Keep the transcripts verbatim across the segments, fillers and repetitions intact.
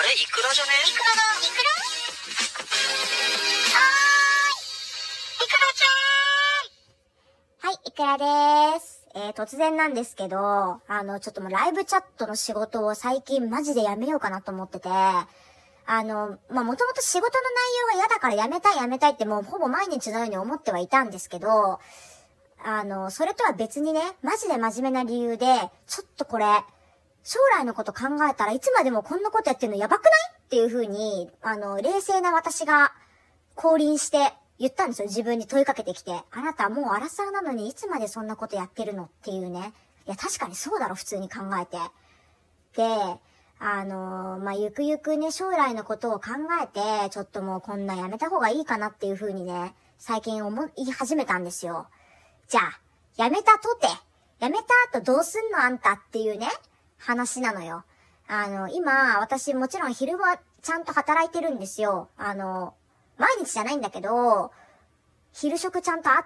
れイクラじゃね？イクラだ。イクラ？ はーい、イクラちゃん。はい、イクラでーす。えー、突然なんですけど、あの、ちょっともうライブチャットの仕事を最近マジでやめようかなと思ってて、あの、まあ、もともと仕事の内容が嫌だからやめたいやめたいってもうほぼ毎日のように思ってはいたんですけど、あの、それとは別にね、マジで真面目な理由で、ちょっとこれ、将来のこと考えたらいつまでもこんなことやってるのやばくないっていう風に、あの、冷静な私が降臨して言ったんですよ。自分に問いかけてきて。あなたもうアラサーなのにいつまでそんなことやってるのっていうね。いや、確かにそうだろ、普通に考えて。で、あの、まあ、ゆくゆくね、将来のことを考えて、ちょっともうこんなやめた方がいいかなっていう風にね、最近思い始めたんですよ。じゃあ、やめたとて、やめた後どうすんのあんたっていうね、話なのよ。あの、今、私もちろん昼はちゃんと働いてるんですよ。あの、毎日じゃないんだけど、昼食ちゃんとあって、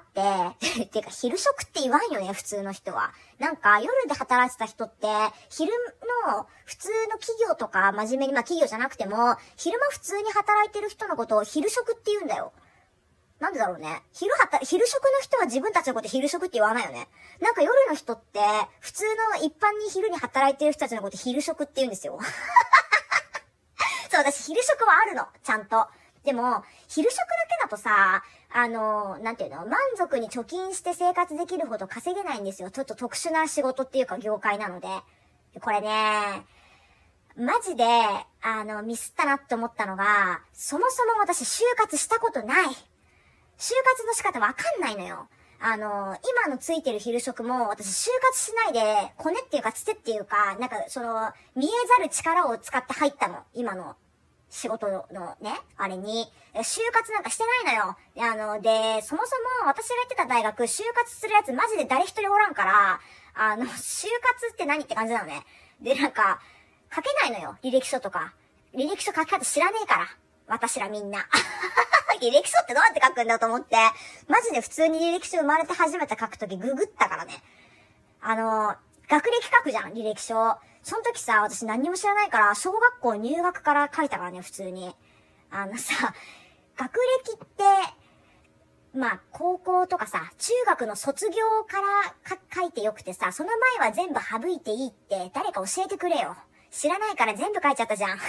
てか昼食って言わんよね、普通の人は。なんか夜で働いてた人って、昼の普通の企業とか真面目に、まあ企業じゃなくても、昼間普通に働いてる人のことを昼食って言うんだよ。なんでだろうね。昼はた、昼食の人は自分たちのこと昼食って言わないよね。なんか夜の人って、普通の一般に昼に働いてる人たちのこと昼食って言うんですよ。そう、私昼食はあるの。ちゃんと。でも、昼食だけだとさ、あの、なんていうの、満足に貯金して生活できるほど稼げないんですよ。ちょっと特殊な仕事っていうか業界なので。これね、マジで、あの、ミスったなって思ったのが、そもそも私就活したことない。就活の仕方わかんないのよ。あの、今のついてる昼食も、私就活しないで、コネっていうかつてっていうか、なんかその、見えざる力を使って入ったの。今の仕事のね、あれに。就活なんかしてないのよ。あの、で、そもそも私が行ってた大学、就活するやつマジで誰一人おらんから、あの、就活って何って感じなのね。で、なんか、書けないのよ。履歴書とか。履歴書書き方知らねえから。私らみんな。履歴書ってどうやって書くんだと思って、マジで普通に履歴書生まれて初めて書くときググったからね。あの、学歴書くじゃん、履歴書。その時さ、私何にも知らないから、小学校入学から書いたからね、普通に。あのさ、学歴って、まあ、高校とかさ、中学の卒業から書いてよくてさ、その前は全部省いていいって誰か教えてくれよ。知らないから全部書いちゃったじゃん。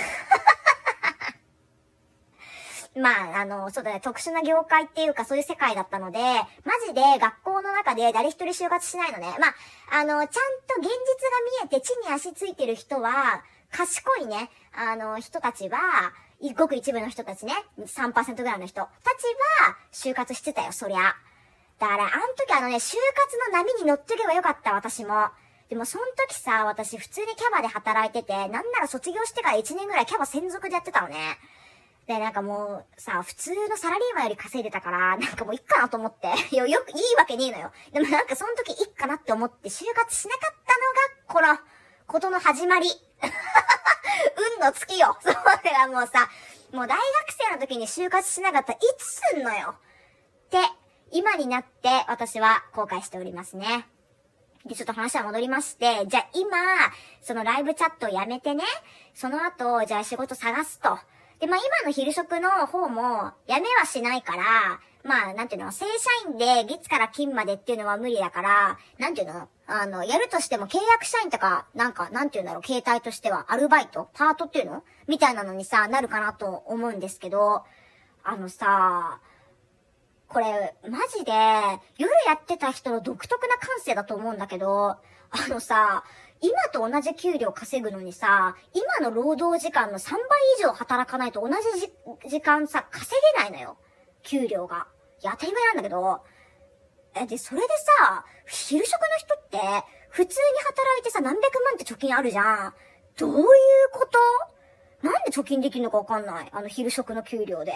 まあ、あの、そうだね、特殊な業界っていうかそういう世界だったので、マジで学校の中で誰一人就活しないのね。まあ、あの、ちゃんと現実が見えて地に足ついてる人は、賢いね、あの、人たちは、ごく一部の人たちね、さんパーセントぐらいの人たちは、就活してたよ、そりゃ。だから、あの時あのね、就活の波に乗っとけばよかった、私も。でもその時さ、私普通にキャバで働いてて、なんなら卒業してからいちねんぐらいキャバ専属でやってたのね。で、なんかもう、さ、普通のサラリーマンより稼いでたから、なんかもういっかなと思って。いや、よく、いいわけねえのよ。でもなんかその時いっかなって思って就活しなかったのが、この、ことの始まり。運の月よ。それはもうさ、もう大学生の時に就活しなかったらいつすんのよ。って、今になって私は後悔しておりますね。で、ちょっと話は戻りまして、じゃあ今、そのライブチャットをやめてね、その後、じゃあ仕事探すと。で、まあ今の昼食の方も、やめはしないから、まあなんていうの、正社員で月から金までっていうのは無理だから、なんていうの、あの、やるとしても契約社員とか、なんか、なんていうんだろう、形態としては、アルバイトパートっていうのみたいなのにさ、なるかなと思うんですけど、あのさ、これ、マジで、夜やってた人の独特な感性だと思うんだけど、あのさ、今と同じ給料稼ぐのにさ、今の労働時間のさんばい以上働かないと同じじ時間さ、稼げないのよ。給料が。いや、当たり前なんだけど。え、で、それでさ、昼食の人って、普通に働いてさ、何百万って貯金あるじゃん。どういうこと？なんで貯金できるのかわかんない。あの、昼食の給料で。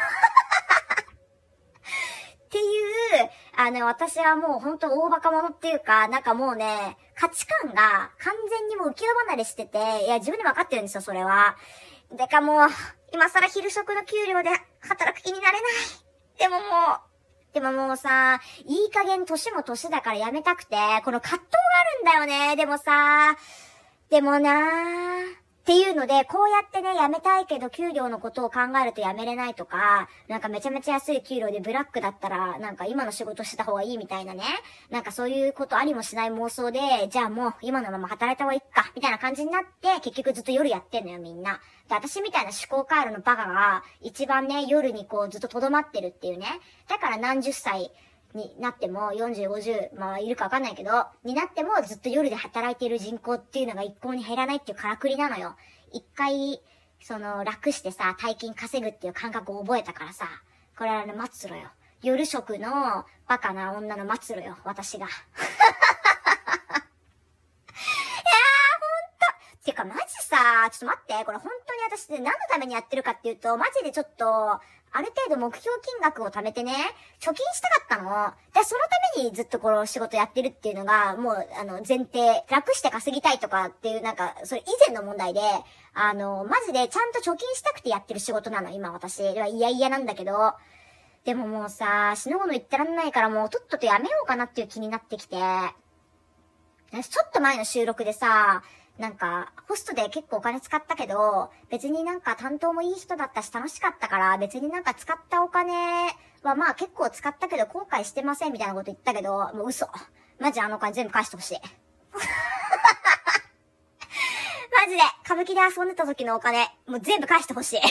っていう、あの、私はもう本当大バカ者っていうか、なんかもうね、価値観が完全にもう浮世離れしてて、いや、自分で分かってるんですよ、それは。でかもう、今更昼食の給料で働く気になれない。でももう、でももうさ、いい加減年も年だからやめたくて、この葛藤があるんだよね。でもさ、でもなー、っていうので、こうやってね、辞めたいけど給料のことを考えると辞めれないとか、なんかめちゃめちゃ安い給料でブラックだったら、なんか今の仕事した方がいいみたいなね。なんかそういうことありもしない妄想で、じゃあもう今のまま働いた方がいいか、みたいな感じになって、結局ずっと夜やってんのよ、みんな。で、私みたいな思考回路のバカが、一番ね、夜にこうずっと留まってるっていうね。だから何十歳、になっても、よんじゅう、ごじゅう、まあいるかわかんないけど、になってもずっと夜で働いている人口っていうのが一向に減らないっていうからくりなのよ。一回、その、楽してさ、大金稼ぐっていう感覚を覚えたからさ、これはね、末路よ。夜食のバカな女の末路よ、私が。いやー、ほんと。てかマジさ、ちょっと待って、これ本当に私ね、何のためにやってるかっていうと、マジでちょっと、ある程度目標金額を貯めてね、貯金したかったの。で、そのためにずっとこの仕事やってるっていうのが、もう、あの、前提、楽して稼ぎたいとかっていう、なんか、それ以前の問題で、あの、マジでちゃんと貯金したくてやってる仕事なの、今私。いやいやなんだけど。でももうさ、死ぬほど言ってらんないからもうとっととやめようかなっていう気になってきて。私ちょっと前の収録でさ、なんか、ホストで結構お金使ったけど、別になんか担当もいい人だったし楽しかったから、別になんか使ったお金はまあ結構使ったけど後悔してませんみたいなこと言ったけど、もう嘘。マジあのお金全部返してほしい。マジで、歌舞伎で遊んでた時のお金、もう全部返してほしい。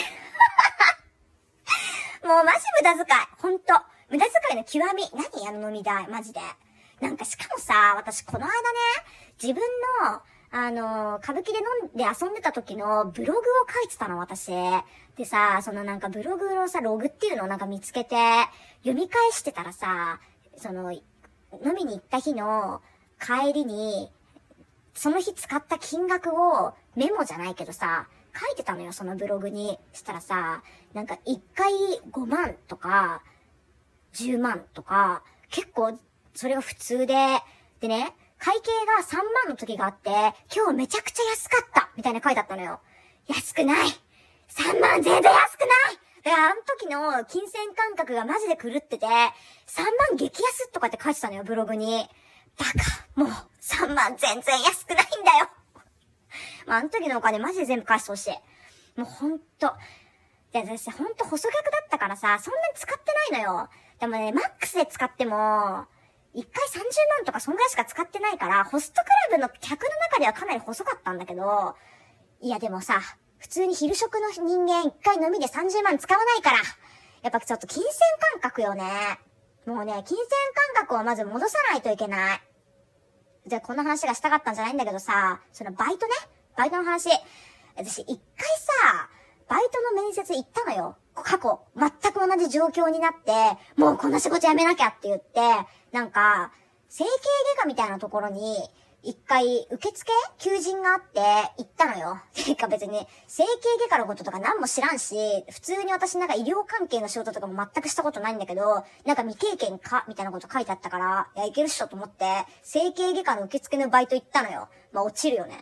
もうマジ無駄遣い。ほんと。無駄遣いの極み。何あの飲み代。マジで。なんかしかもさ、私この間ね、自分の、あの、歌舞伎で飲んで遊んでた時のブログを書いてたの、私。でさ、そのなんかブログのさ、ログっていうのをなんか見つけて、読み返してたらさ、その、飲みに行った日の帰りに、その日使った金額をメモじゃないけどさ、書いてたのよ、そのブログに。したらさ、なんか一回ごまんとか、じゅうまんとか、結構それが普通で、でね、会計がさんまんの時があって、今日めちゃくちゃ安かったみたいな書いてあったのよ。安くない !さん 万全然安くないだからあの時の金銭感覚がマジで狂ってて、さんまん激安とかって書いてたのよ、ブログに。バカ、もうさんまん全然安くないんだよ。まあ、あの時のお金マジで全部返してほしい。もうほんと。で、私ほんと細額だったからさ、そんなに使ってないのよ。でもね、マックスで使っても、一回さんじゅうまんとかそんぐらいしか使ってないから、ホストクラブの客の中ではかなり細かったんだけど、いやでもさ、普通に昼食の人間一回飲みでさんじゅうまん使わないから、やっぱちょっと金銭感覚よね。もうね、金銭感覚をまず戻さないといけない。じゃあこの話がしたかったんじゃないんだけどさ、そのバイトね、バイトの話。私一回さ、バイトの面接行ったのよ。過去、全く同じ状況になって、もうこの仕事辞めなきゃって言って、なんか、整形外科みたいなところに、一回、受付求人があって、行ったのよ。てか別に、整形外科のこととか何も知らんし、普通に私なんか医療関係の仕事とかも全くしたことないんだけど、なんか未経験かみたいなこと書いてあったから、いや、いけるっしょと思って、整形外科の受付のバイト行ったのよ。まあ、落ちるよね。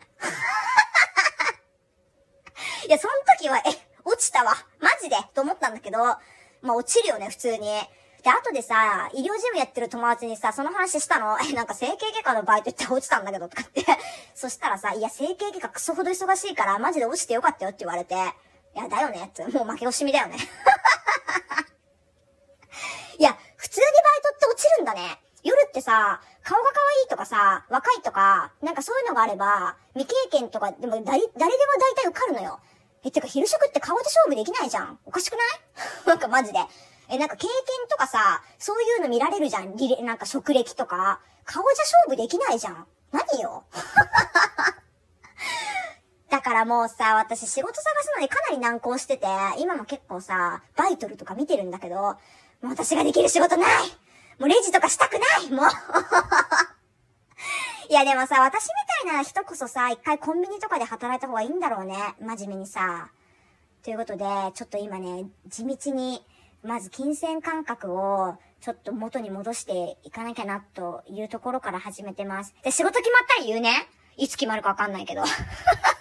いや、その時は、え、落ちたわ。マジでと思ったんだけど、まあ、落ちるよね、普通に。で、後でさ、医療事務やってる友達にさ、その話したの。え、なんか整形外科のバイト行って落ちたんだけど、とかって。そしたらさ、いや、整形外科クソほど忙しいから、マジで落ちてよかったよって言われて。いや、だよねって。もう負け惜しみだよね。いや、普通にバイトって落ちるんだね。夜ってさ、顔が可愛いとかさ、若いとか、なんかそういうのがあれば、未経験とか、でも誰、誰でも大体受かるのよ。え、てか昼食って顔で勝負できないじゃん。おかしくないなんかマジで。え、なんか経験とかさ、そういうの見られるじゃん。リレ、なんか職歴とか。顔じゃ勝負できないじゃん。何よだからもうさ、私仕事探すのにかなり難航してて、今も結構さ、バイトルとか見てるんだけど、もう私ができる仕事ないもうレジとかしたくないもういやでもさ、私みたいな人こそさ、一回コンビニとかで働いた方がいいんだろうね。真面目にさ。ということで、ちょっと今ね、地道に、まず金銭感覚を、ちょっと元に戻していかなきゃな、というところから始めてます。で、仕事決まったら言うね。いつ決まるかわかんないけど。